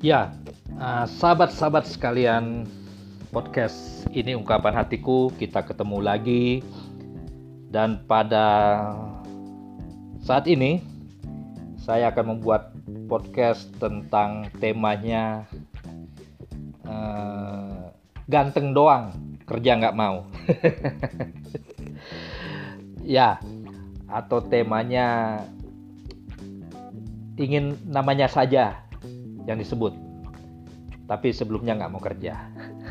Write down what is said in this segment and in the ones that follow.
Ya, sahabat-sahabat sekalian, podcast ini ungkapan hatiku. Kita ketemu lagi, dan pada saat ini saya akan membuat podcast tentang temanya ganteng doang, kerja nggak mau. Ya, atau temanya ingin namanya saja yang disebut, tapi sebelumnya nggak mau kerja.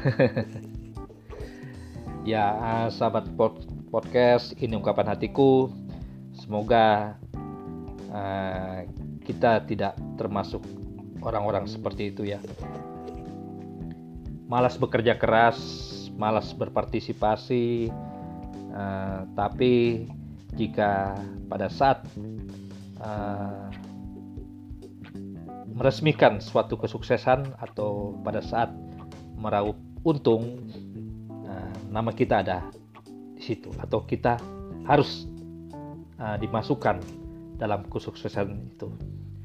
Ya, sahabat podcast, ini ungkapan hatiku. Semoga kita tidak termasuk orang-orang seperti itu ya. Malas bekerja keras, malas berpartisipasi, tapi jika pada saat meresmikan suatu kesuksesan atau pada saat meraup untung, nama kita ada di situ, atau kita harus dimasukkan dalam kesuksesan itu.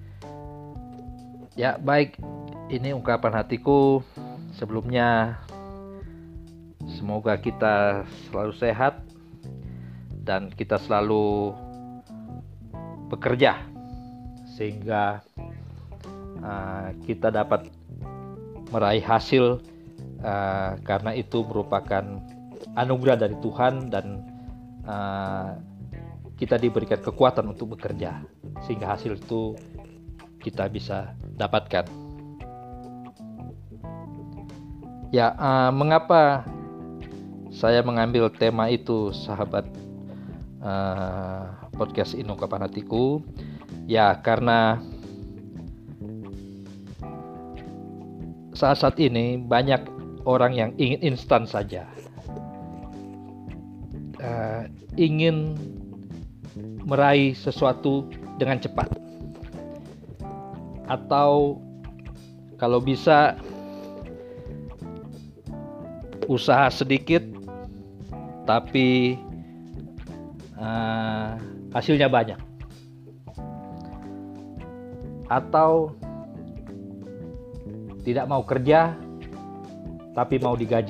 Ya, baik, ini ungkapan hatiku. Sebelumnya semoga kita selalu sehat dan kita selalu bekerja sehingga kita dapat meraih hasil, karena itu merupakan anugerah dari Tuhan, dan kita diberikan kekuatan untuk bekerja sehingga hasil itu kita bisa dapatkan. Ya, mengapa saya mengambil tema itu, sahabat podcast ini ungkapan hatiku? Ya, karena saat ini banyak orang yang ingin instan saja, ingin meraih sesuatu dengan cepat, atau kalau bisa usaha sedikit tapi hasilnya banyak, atau tidak mau kerja tapi mau digaji.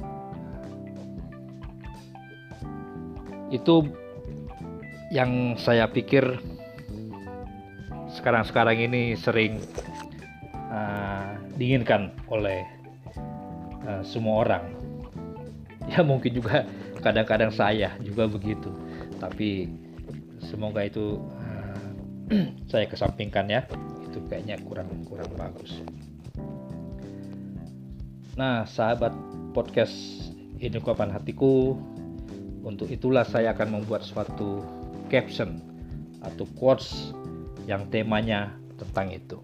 Itu yang saya pikir sekarang ini sering diinginkan oleh semua orang. Ya, mungkin juga kadang-kadang saya juga begitu, tapi semoga itu saya kesampingkan ya. Itu kayaknya kurang bagus. Nah, sahabat podcast ini ungkapan hatiku, untuk itulah saya akan membuat suatu caption atau quotes yang temanya tentang itu.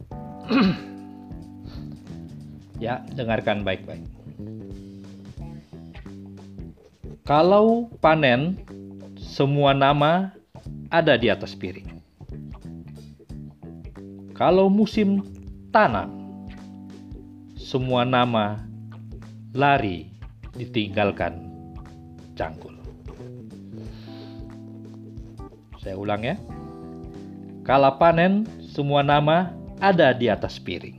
Ya, dengarkan baik-baik. Kalau panen, semua nama ada di atas piring. Kalau musim tanam, semua nama lari ditinggalkan cangkul. Saya ulang ya. Kala panen, semua nama ada di atas piring.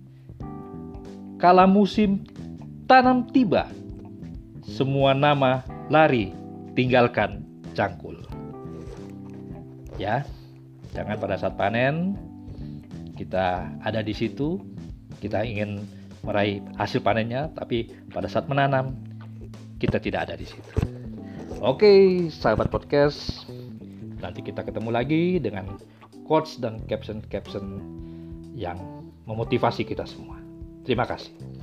Kala musim tanam tiba, semua nama lari tinggalkan cangkul. Ya, jangan pada saat panen kita ada di situ, kita ingin meraih hasil panennya, tapi pada saat menanam kita tidak ada di situ. Oke, sahabat podcast, nanti kita ketemu lagi dengan quotes dan caption yang memotivasi kita semua. Terima kasih.